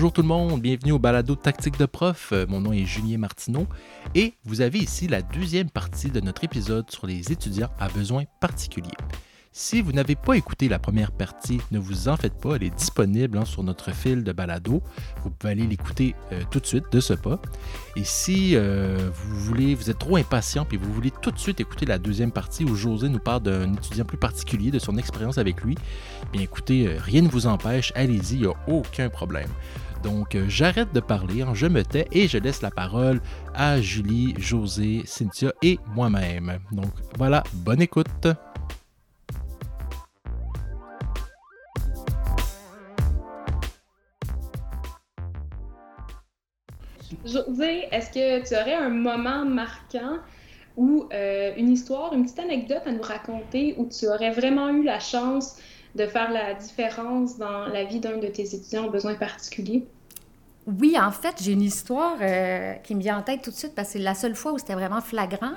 Bonjour tout le monde, bienvenue au balado Tactique de prof. Mon nom est Julien Martineau et vous avez ici la deuxième partie de notre épisode sur les étudiants à besoins particuliers. Si vous n'avez pas écouté la première partie, ne vous en faites pas, elle est disponible sur notre fil de balado. Vous pouvez aller l'écouter tout de suite de ce pas. Et si vous êtes trop impatient et vous voulez tout de suite écouter la deuxième partie où José nous parle d'un étudiant plus particulier, de son expérience avec lui, bien écoutez, rien ne vous empêche, allez-y, il n'y a aucun problème. Donc, j'arrête de parler, je me tais et je laisse la parole à Julie, José, Cynthia et moi-même. Donc, voilà, bonne écoute! José, est-ce que tu aurais un moment marquant ou une histoire, une petite anecdote à nous raconter où tu aurais vraiment eu la chance de faire la différence dans la vie d'un de tes étudiants aux besoins particuliers? Oui, en fait, j'ai une histoire qui me vient en tête tout de suite parce que c'est la seule fois où c'était vraiment flagrant,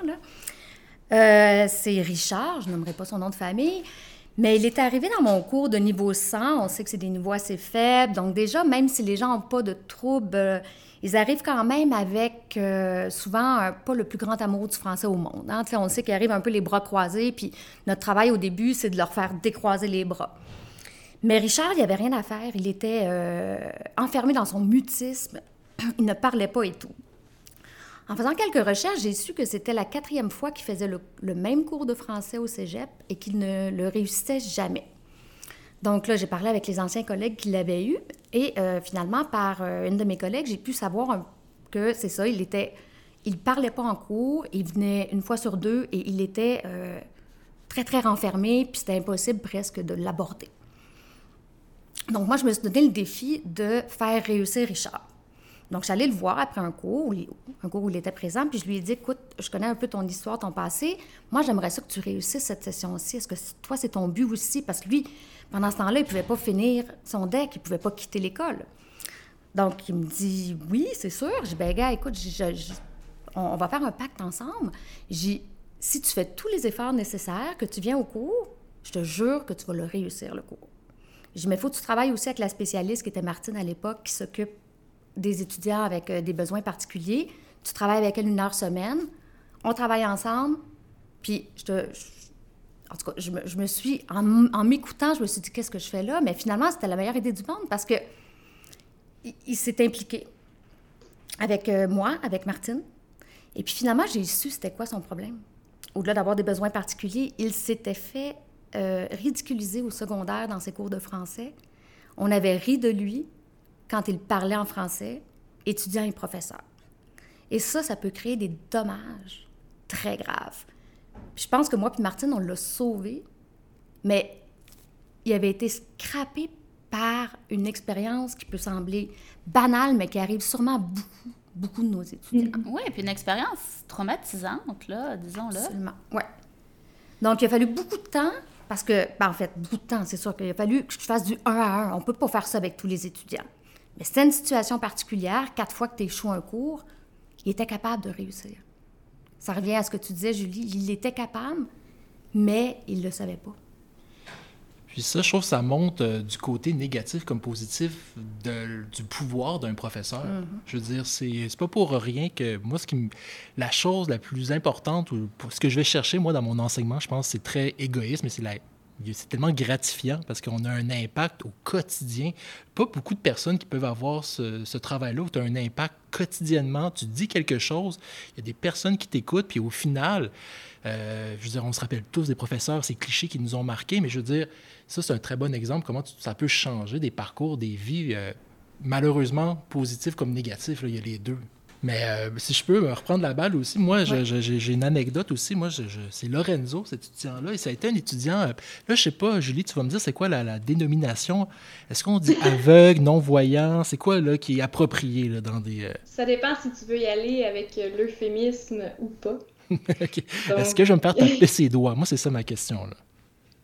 là. C'est Richard, je nommerai pas son nom de famille, mais il est arrivé dans mon cours de niveau 100. On sait que c'est des niveaux assez faibles, donc déjà, même si les gens n'ont pas de troubles, ils arrivent quand même avec souvent pas le plus grand amour du français au monde. Hein? On sait qu'ils arrivent un peu les bras croisés, puis notre travail au début, c'est de leur faire décroiser les bras. Mais Richard, il n'y avait rien à faire. Il était enfermé dans son mutisme. Il ne parlait pas et tout. En faisant quelques recherches, j'ai su que c'était la 4e fois qu'il faisait le même cours de français au cégep et qu'il ne le réussissait jamais. Donc là, j'ai parlé avec les anciens collègues qui l'avaient eu et finalement, par une de mes collègues, j'ai pu savoir que c'est ça, il parlait pas en cours, il venait une fois sur deux et il était très, très renfermé, puis c'était impossible presque de l'aborder. Donc moi, je me suis donné le défi de faire réussir Richard. Donc, j'allais le voir après un cours où il était présent, puis je lui ai dit, écoute, je connais un peu ton histoire, ton passé. Moi, j'aimerais ça que tu réussisses cette session-ci. Est-ce que toi, c'est ton but aussi? Parce que lui, pendant ce temps-là, il ne pouvait pas finir son deck, il ne pouvait pas quitter l'école. Donc, il me dit, oui, c'est sûr. Je dis, ben gars, écoute, on va faire un pacte ensemble. J'ai dit, si tu fais tous les efforts nécessaires, que tu viens au cours, je te jure que tu vas le réussir, le cours. Je dis, mais il faut que tu travailles aussi avec la spécialiste qui était Martine à l'époque, qui s'occupe des étudiants avec des besoins particuliers. Tu travailles avec elle 1 heure semaine. On travaille ensemble. Puis, en tout cas, je me suis, en m'écoutant, je me suis dit, qu'est-ce que je fais là? Mais finalement, c'était la meilleure idée du monde parce que il s'est impliqué avec moi, avec Martine. Et puis finalement, j'ai su c'était quoi son problème. Au-delà d'avoir des besoins particuliers, il s'était fait ridiculiser au secondaire dans ses cours de français. On avait ri de lui quand il parlait en français, étudiant et professeur. Et ça peut créer des dommages très graves. Puis je pense que moi et Martine, on l'a sauvé, mais il avait été scrappé par une expérience qui peut sembler banale, mais qui arrive sûrement à beaucoup de nos étudiants. Oui, puis une expérience traumatisante, là, disons-le. Absolument, oui. Donc, il a fallu beaucoup de temps, parce que, en fait, beaucoup de temps, c'est sûr qu'il a fallu que je fasse du 1 à 1. On ne peut pas faire ça avec tous les étudiants. Mais c'était une situation particulière. 4 fois que tu échoues un cours, il était capable de réussir. Ça revient à ce que tu disais, Julie. Il était capable, mais il ne le savait pas. Puis ça, je trouve que ça montre du côté négatif comme positif du pouvoir d'un professeur. Mm-hmm. Je veux dire, c'est pas pour rien que moi, la chose la plus importante, ou ce que je vais chercher, moi, dans mon enseignement, je pense que c'est très égoïste, mais c'est tellement gratifiant parce qu'on a un impact au quotidien. Pas beaucoup de personnes qui peuvent avoir ce travail-là où tu as un impact quotidiennement. Tu dis quelque chose, il y a des personnes qui t'écoutent, puis au final, je veux dire, on se rappelle tous des professeurs, ces clichés qui nous ont marqués, mais je veux dire, ça, c'est un très bon exemple, comment ça peut changer des parcours, des vies, malheureusement positifs comme négatifs. Là, il y a les deux. Mais si je peux me reprendre la balle aussi, moi, ouais. J'ai une anecdote aussi. Moi, c'est Lorenzo, cet étudiant-là. Et ça a été un étudiant... là, je sais pas, Julie, tu vas me dire, c'est quoi la dénomination? Est-ce qu'on dit aveugle, non-voyant? C'est quoi, là, qui est approprié, là, dans des... Ça dépend si tu veux y aller avec l'euphémisme ou pas. Okay. Donc... Est-ce que je vais me faire taper ses doigts? Moi, c'est ça ma question, là.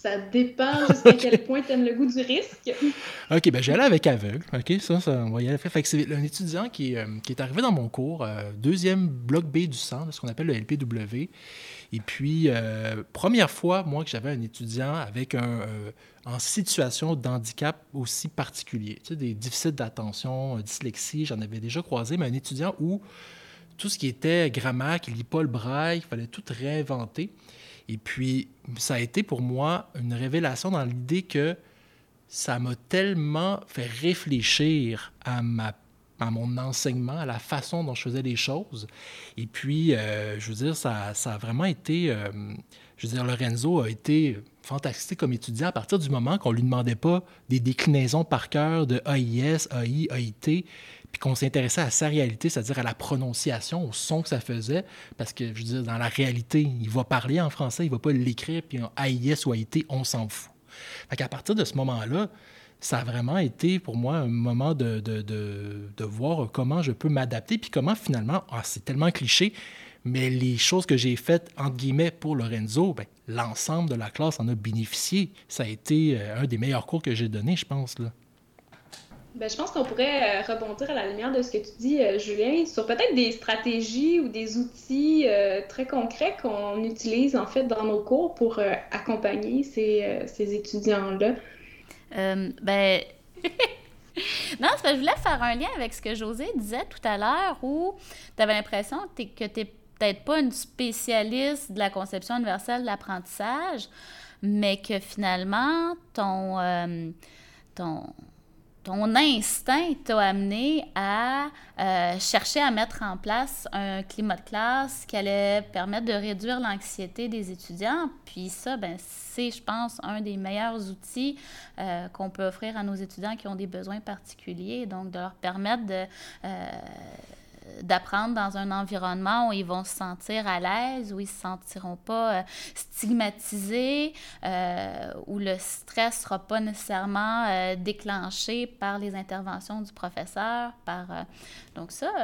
Ça dépend jusqu'à quel point tu aimes le goût du risque. OK, ben j'allais avec aveugle. OK, ça on va y aller. Fait que c'est un étudiant qui est arrivé dans mon cours, deuxième bloc B du centre, ce qu'on appelle le LPW. Et puis, première fois, moi, que j'avais un étudiant avec en situation d'handicap aussi particulier. Tu sais, des déficits d'attention, dyslexie, j'en avais déjà croisé, mais un étudiant où tout ce qui était grammaire, qui ne lit pas le braille, il fallait tout réinventer. Et puis, ça a été pour moi une révélation dans l'idée que ça m'a tellement fait réfléchir à mon enseignement, à la façon dont je faisais les choses. Et puis, je veux dire, ça a vraiment été... je veux dire, Lorenzo a été fantastique comme étudiant à partir du moment qu'on ne lui demandait pas des déclinaisons par cœur de AIS, AI, AIT, puis qu'on s'intéressait à sa réalité, c'est-à-dire à la prononciation, au son que ça faisait, parce que, je veux dire, dans la réalité, il va parler en français, il ne va pas l'écrire, puis en AIS ou AIT, on s'en fout. Fait qu'à partir de ce moment-là, ça a vraiment été pour moi un moment de voir comment je peux m'adapter, puis comment finalement, c'est tellement cliché, mais les choses que j'ai faites, entre guillemets, pour Lorenzo, bien, l'ensemble de la classe en a bénéficié. Ça a été un des meilleurs cours que j'ai donné, je pense, là. Ben, je pense qu'on pourrait rebondir à la lumière de ce que tu dis, Julien, sur peut-être des stratégies ou des outils très concrets qu'on utilise en fait dans nos cours pour accompagner ces étudiants-là. Ben, non, c'est parce que je voulais faire un lien avec ce que Josée disait tout à l'heure, où tu avais l'impression que tu n'es peut-être pas une spécialiste de la conception universelle de l'apprentissage, mais que finalement, ton instinct t'a amené à chercher à mettre en place un climat de classe qui allait permettre de réduire l'anxiété des étudiants. Puis ça, ben, c'est, je pense, un des meilleurs outils qu'on peut offrir à nos étudiants qui ont des besoins particuliers. Donc, de leur permettre d'apprendre dans un environnement où ils vont se sentir à l'aise, où ils ne se sentiront pas stigmatisés, où le stress ne sera pas nécessairement déclenché par les interventions du professeur. Donc ça...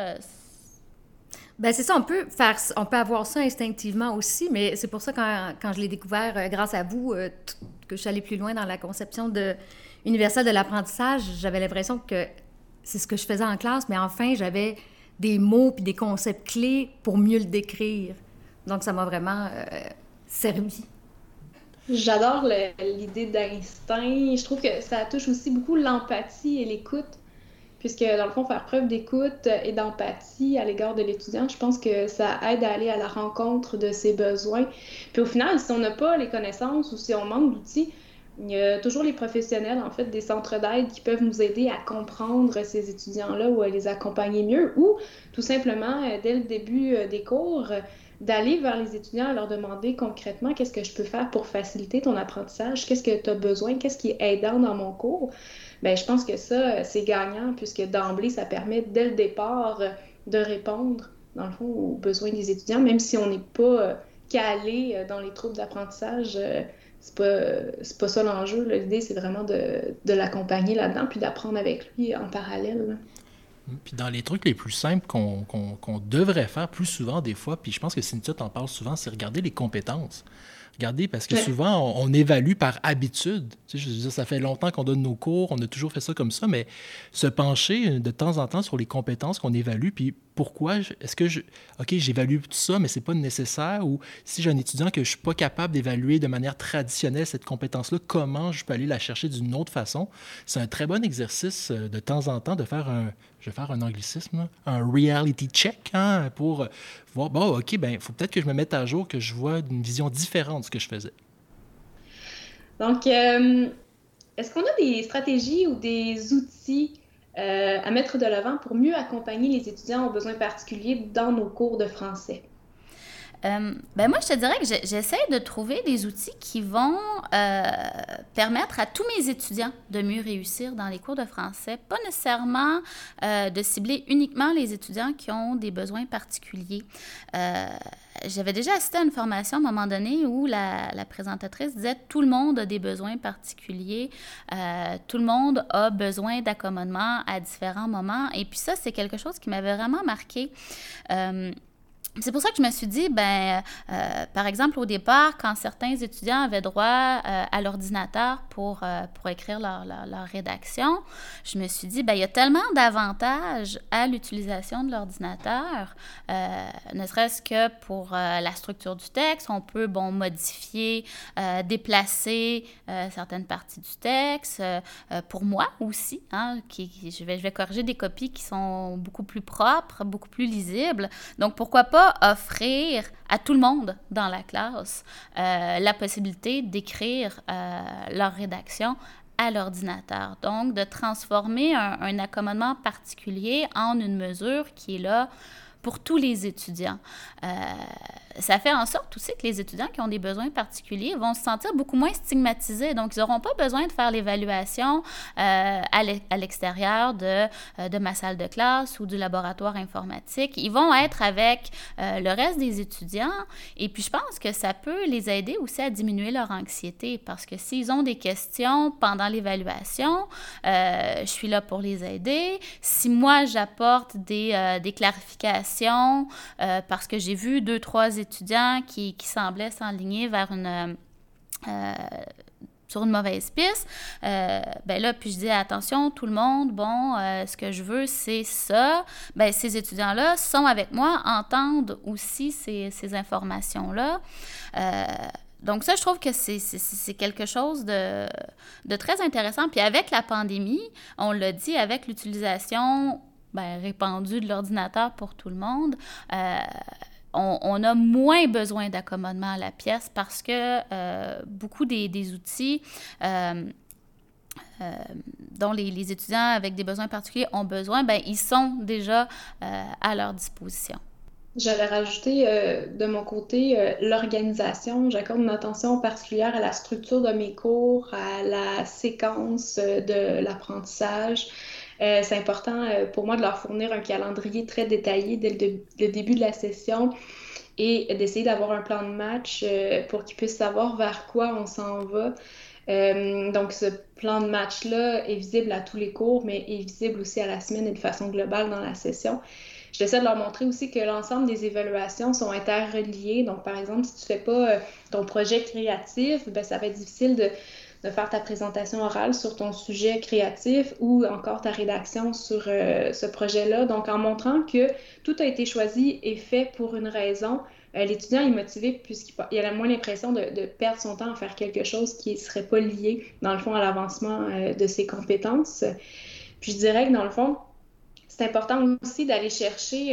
Ben c'est ça, on peut avoir ça instinctivement aussi, mais c'est pour ça quand je l'ai découvert grâce à vous, que je suis allée plus loin dans la conception universelle de l'apprentissage, j'avais l'impression que c'est ce que je faisais en classe, mais enfin, j'avais des mots puis des concepts clés pour mieux le décrire. Donc, ça m'a vraiment servi. J'adore l'idée d'instinct. Je trouve que ça touche aussi beaucoup l'empathie et l'écoute, puisque, dans le fond, faire preuve d'écoute et d'empathie à l'égard de l'étudiant, je pense que ça aide à aller à la rencontre de ses besoins. Puis au final, si on n'a pas les connaissances ou si on manque d'outils, il y a toujours les professionnels, en fait, des centres d'aide qui peuvent nous aider à comprendre ces étudiants-là ou à les accompagner mieux, ou tout simplement, dès le début des cours, d'aller vers les étudiants et leur demander concrètement qu'est-ce que je peux faire pour faciliter ton apprentissage, qu'est-ce que tu as besoin, qu'est-ce qui est aidant dans mon cours. Bien, je pense que ça, c'est gagnant, puisque d'emblée, ça permet dès le départ de répondre, dans le fond, aux besoins des étudiants, même si on n'est pas calé dans les troubles d'apprentissage. C'est pas ça l'enjeu. Là. L'idée, c'est vraiment de l'accompagner là-dedans puis d'apprendre avec lui en parallèle. Là. Puis dans les trucs les plus simples qu'on devrait faire plus souvent des fois, puis je pense que Cynthia t'en parle souvent, c'est regarder les compétences. Regardez, parce que souvent, on évalue par habitude. Tu sais, je veux dire, ça fait longtemps qu'on donne nos cours, on a toujours fait ça comme ça, mais se pencher de temps en temps sur les compétences qu'on évalue, puis pourquoi, est-ce que OK, j'évalue tout ça, mais c'est pas nécessaire, ou si j'ai un étudiant que je suis pas capable d'évaluer de manière traditionnelle cette compétence-là, comment je peux aller la chercher d'une autre façon? C'est un très bon exercice de temps en temps de faire je vais faire un anglicisme, là, un reality check, hein, pour voir, bon, OK, ben il faut peut-être que je me mette à jour, que je vois une vision différente de ce que je faisais. Donc, est-ce qu'on a des stratégies ou des outils à mettre de l'avant pour mieux accompagner les étudiants aux besoins particuliers dans nos cours de français? Ben moi, je te dirais que j'essaie de trouver des outils qui vont permettre à tous mes étudiants de mieux réussir dans les cours de français. Pas nécessairement de cibler uniquement les étudiants qui ont des besoins particuliers. J'avais déjà assisté à une formation à un moment donné où la présentatrice disait « Tout le monde a des besoins particuliers, tout le monde a besoin d'accommodement à différents moments. » Et puis ça, c'est quelque chose qui m'avait vraiment marqué. c'est pour ça que je me suis dit, par exemple, au départ, quand certains étudiants avaient droit à l'ordinateur pour écrire leur rédaction, je me suis dit, il y a tellement d'avantages à l'utilisation de l'ordinateur, ne serait-ce que pour la structure du texte, on peut, modifier, déplacer certaines parties du texte, pour moi aussi, hein, je vais corriger des copies qui sont beaucoup plus propres, beaucoup plus lisibles, donc pourquoi pas offrir à tout le monde dans la classe la possibilité d'écrire leur rédaction à l'ordinateur. Donc, de transformer un accommodement particulier en une mesure qui est là pour tous les étudiants. Ça fait en sorte aussi que les étudiants qui ont des besoins particuliers vont se sentir beaucoup moins stigmatisés. Donc, ils n'auront pas besoin de faire l'évaluation à l'extérieur de ma salle de classe ou du laboratoire informatique. Ils vont être avec le reste des étudiants. Et puis, je pense que ça peut les aider aussi à diminuer leur anxiété parce que s'ils ont des questions pendant l'évaluation, je suis là pour les aider. Si moi, j'apporte des clarifications parce que j'ai vu 2-3 étudiants qui semblaient s'enligner vers sur une mauvaise piste, là, puis je dis attention, tout le monde, ce que je veux, c'est ça. Ces étudiants-là sont avec moi, entendent aussi ces informations-là. Donc ça, je trouve que c'est quelque chose de très intéressant. Puis avec la pandémie, on l'a dit, avec l'utilisation répandue de l'ordinateur pour tout le monde, on a moins besoin d'accommodement à la pièce parce que beaucoup des outils dont les étudiants avec des besoins particuliers ont besoin, ils sont déjà à leur disposition. J'allais rajouter de mon côté l'organisation. J'accorde une attention particulière à la structure de mes cours, à la séquence de l'apprentissage. C'est important pour moi de leur fournir un calendrier très détaillé dès le début de la session et d'essayer d'avoir un plan de match pour qu'ils puissent savoir vers quoi on s'en va. Donc, ce plan de match-là est visible à tous les cours, mais est visible aussi à la semaine et de façon globale dans la session. J'essaie de leur montrer aussi que l'ensemble des évaluations sont interreliées. Donc, par exemple, si tu ne fais pas ton projet créatif, ça va être difficile de faire ta présentation orale sur ton sujet créatif ou encore ta rédaction sur ce projet-là. Donc, en montrant que tout a été choisi et fait pour une raison, l'étudiant est motivé puisqu'il a moins l'impression de perdre son temps à faire quelque chose qui ne serait pas lié, dans le fond, à l'avancement de ses compétences. Puis, je dirais que, dans le fond, c'est important aussi d'aller chercher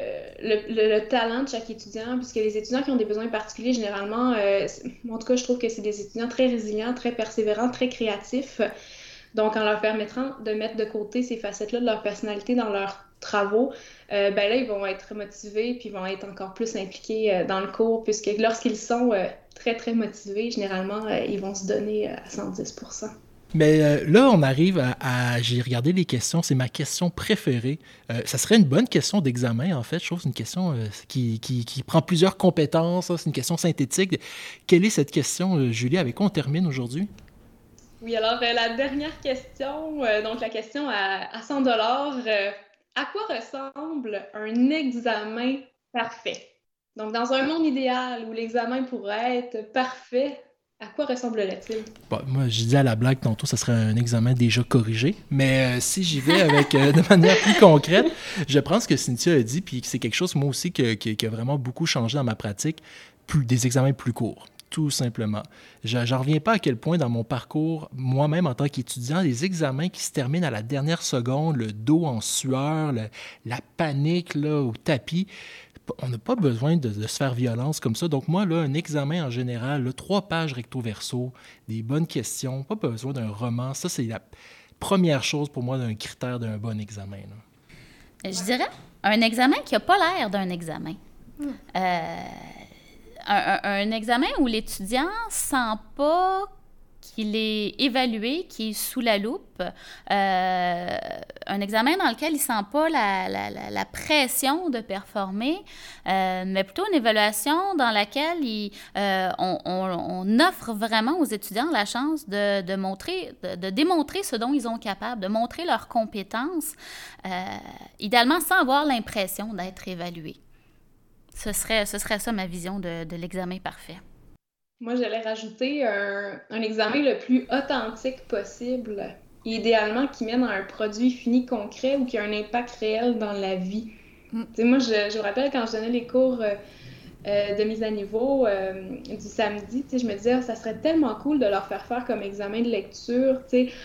le talent de chaque étudiant, puisque les étudiants qui ont des besoins particuliers, généralement, en tout cas, je trouve que c'est des étudiants très résilients, très persévérants, très créatifs. Donc, en leur permettant de mettre de côté ces facettes-là de leur personnalité dans leurs travaux, là, ils vont être motivés puis ils vont être encore plus impliqués dans le cours, puisque lorsqu'ils sont très, très motivés, généralement, ils vont se donner à 110%. Mais là, on arrive j'ai regardé les questions, c'est ma question préférée. Ça serait une bonne question d'examen, en fait. Je trouve que c'est une question qui prend plusieurs compétences. C'est une question synthétique. Quelle est cette question, Julie? Avec quoi on termine aujourd'hui? Oui, alors la dernière question, donc la question à 100 $, à quoi ressemble un examen parfait? Donc, dans un monde idéal où l'examen pourrait être parfait, à quoi ressemblerait-il? Bon, moi, j'ai dit à la blague tantôt, ça serait un examen déjà corrigé. Mais si j'y vais avec de manière plus concrète, je prends ce que Cynthia a dit, puis c'est quelque chose, moi aussi, qui a vraiment beaucoup changé dans ma pratique, des examens plus courts, tout simplement. J'en reviens pas à quel point, dans mon parcours, moi-même, en tant qu'étudiant, les examens qui se terminent à la dernière seconde, le dos en sueur, la panique là, au tapis, on n'a pas besoin de se faire violence comme ça. Donc moi, là, un examen en général, là, 3 pages recto-verso, des bonnes questions, pas besoin d'un roman. Ça, c'est la première chose pour moi d'un critère d'un bon examen. Là. Je dirais un examen qui n'a pas l'air d'un examen. Un examen où l'étudiant sent pas qu'il est évalué, qu'il est sous la loupe. Un examen dans lequel il ne sent pas la pression de performer, mais plutôt une évaluation dans laquelle on offre vraiment aux étudiants la chance de démontrer ce dont ils sont capables, de montrer leurs compétences, idéalement sans avoir l'impression d'être évalués. Ce serait ça ma vision de l'examen parfait. Moi, j'allais rajouter un examen le plus authentique possible, idéalement qui mène à un produit fini concret ou qui a un impact réel dans la vie. Moi, je me rappelle quand je donnais les cours de mise à niveau du samedi, je me disais, ça serait tellement cool de leur faire comme examen de lecture,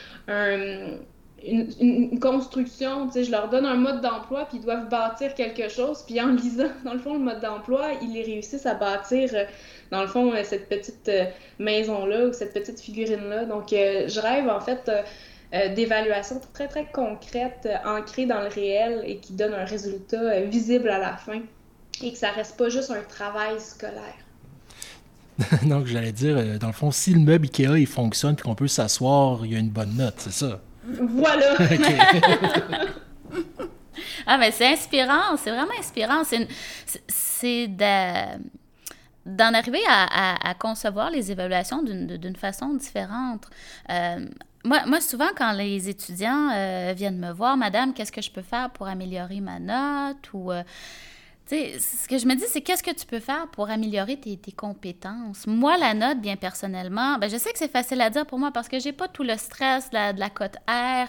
une construction, je leur donne un mode d'emploi, puis ils doivent bâtir quelque chose, puis en lisant, dans le fond, le mode d'emploi, ils les réussissent à bâtir, dans le fond, cette petite maison-là ou cette petite figurine-là. Donc, je rêve, en fait, d'évaluations très, très concrètes, ancrées dans le réel et qui donnent un résultat visible à la fin et que ça reste pas juste un travail scolaire. Donc, j'allais dire, dans le fond, si le meuble Ikea, il fonctionne et qu'on peut s'asseoir, il y a une bonne note, c'est ça? Voilà! Ah, mais c'est inspirant, c'est vraiment inspirant. C'est d'en arriver à concevoir les évaluations d'une façon différente. Moi, souvent, quand les étudiants viennent me voir, « Madame, qu'est-ce que je peux faire pour améliorer ma note? » Ou, ce que je me dis, c'est qu'est-ce que tu peux faire pour améliorer tes compétences? Moi, la note, bien personnellement, je sais que c'est facile à dire pour moi parce que j'ai pas tout le stress de la cote R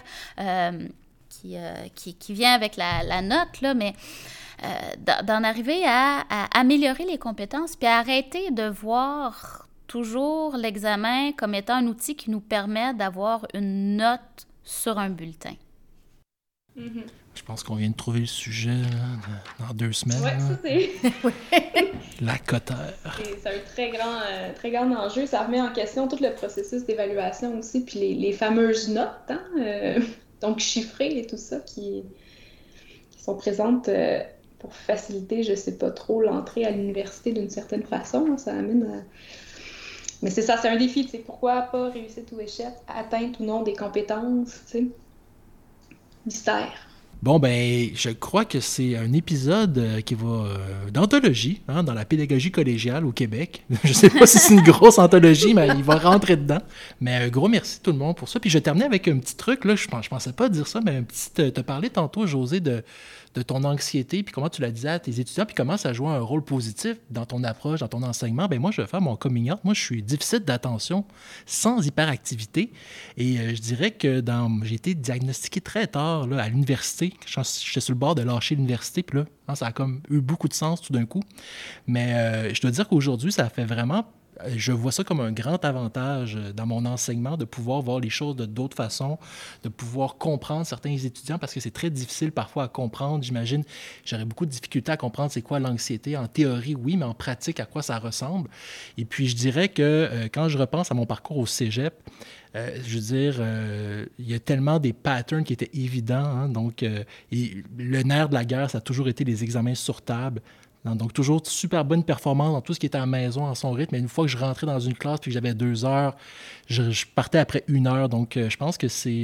qui vient avec la note, là, mais d'en arriver à améliorer les compétences puis à arrêter de voir toujours l'examen comme étant un outil qui nous permet d'avoir une note sur un bulletin. Mm-hmm. Je pense qu'on vient de trouver le sujet dans 2 semaines. Oui, ça c'est... La cote R. C'est un très grand enjeu. Ça remet en question tout le processus d'évaluation aussi, puis les fameuses notes, donc chiffrées et tout ça, qui sont présentes pour faciliter, je sais pas trop, l'entrée à l'université d'une certaine façon. Ça amène à... Mais c'est ça, c'est un défi, tu sais. Pourquoi pas réussite ou échec, atteinte ou non des compétences, tu sais. Mystère. Bon, je crois que c'est un épisode qui va d'anthologie, dans la pédagogie collégiale au Québec. Je ne sais pas si c'est une grosse anthologie, mais il va rentrer dedans. Mais un gros merci tout le monde pour ça. Puis je vais terminer avec un petit truc, là, je pensais pas dire ça, mais un petit... T'as parlé tantôt, Josée, de ton anxiété, puis comment tu la disais à tes étudiants, puis comment ça joue un rôle positif dans ton approche, dans ton enseignement. Moi, je vais faire mon coming out. Moi, je suis déficit d'attention sans hyperactivité. Et je dirais que j'ai été diagnostiqué très tard là, à l'université. J'étais sur le bord de lâcher l'université, puis là, ça a comme eu beaucoup de sens tout d'un coup. Mais je dois dire qu'aujourd'hui, ça fait vraiment... Je vois ça comme un grand avantage dans mon enseignement de pouvoir voir les choses de d'autres façons, de pouvoir comprendre certains étudiants parce que c'est très difficile parfois à comprendre. J'imagine, j'aurais beaucoup de difficultés à comprendre c'est quoi l'anxiété. En théorie, oui, mais en pratique, à quoi ça ressemble. Et puis, je dirais que quand je repense à mon parcours au cégep, je veux dire, il y a tellement des patterns qui étaient évidents. Donc, le nerf de la guerre, ça a toujours été les examens sur table. Donc, toujours super bonne performance dans tout ce qui était à la maison, en son rythme. Mais une fois que je rentrais dans une classe et que j'avais 2 heures, je partais après 1 heure. Donc, je pense que c'est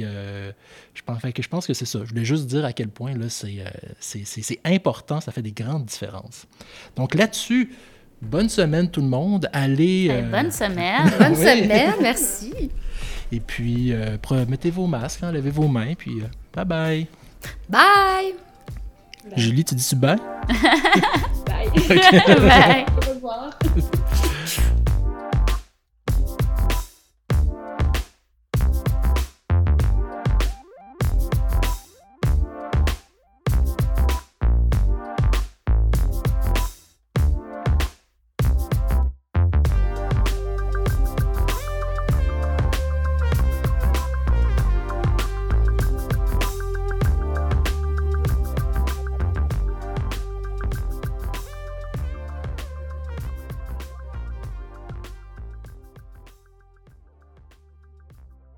ça. Je voulais juste dire à quel point là, c'est important. Ça fait des grandes différences. Donc, là-dessus, bonne semaine tout le monde. Allez... bonne semaine. Bonne semaine, merci. Et puis, mettez vos masques, lavez vos mains, puis bye-bye. Bye! Julie, tu dis-tu bye? Bye. Bye. Au revoir.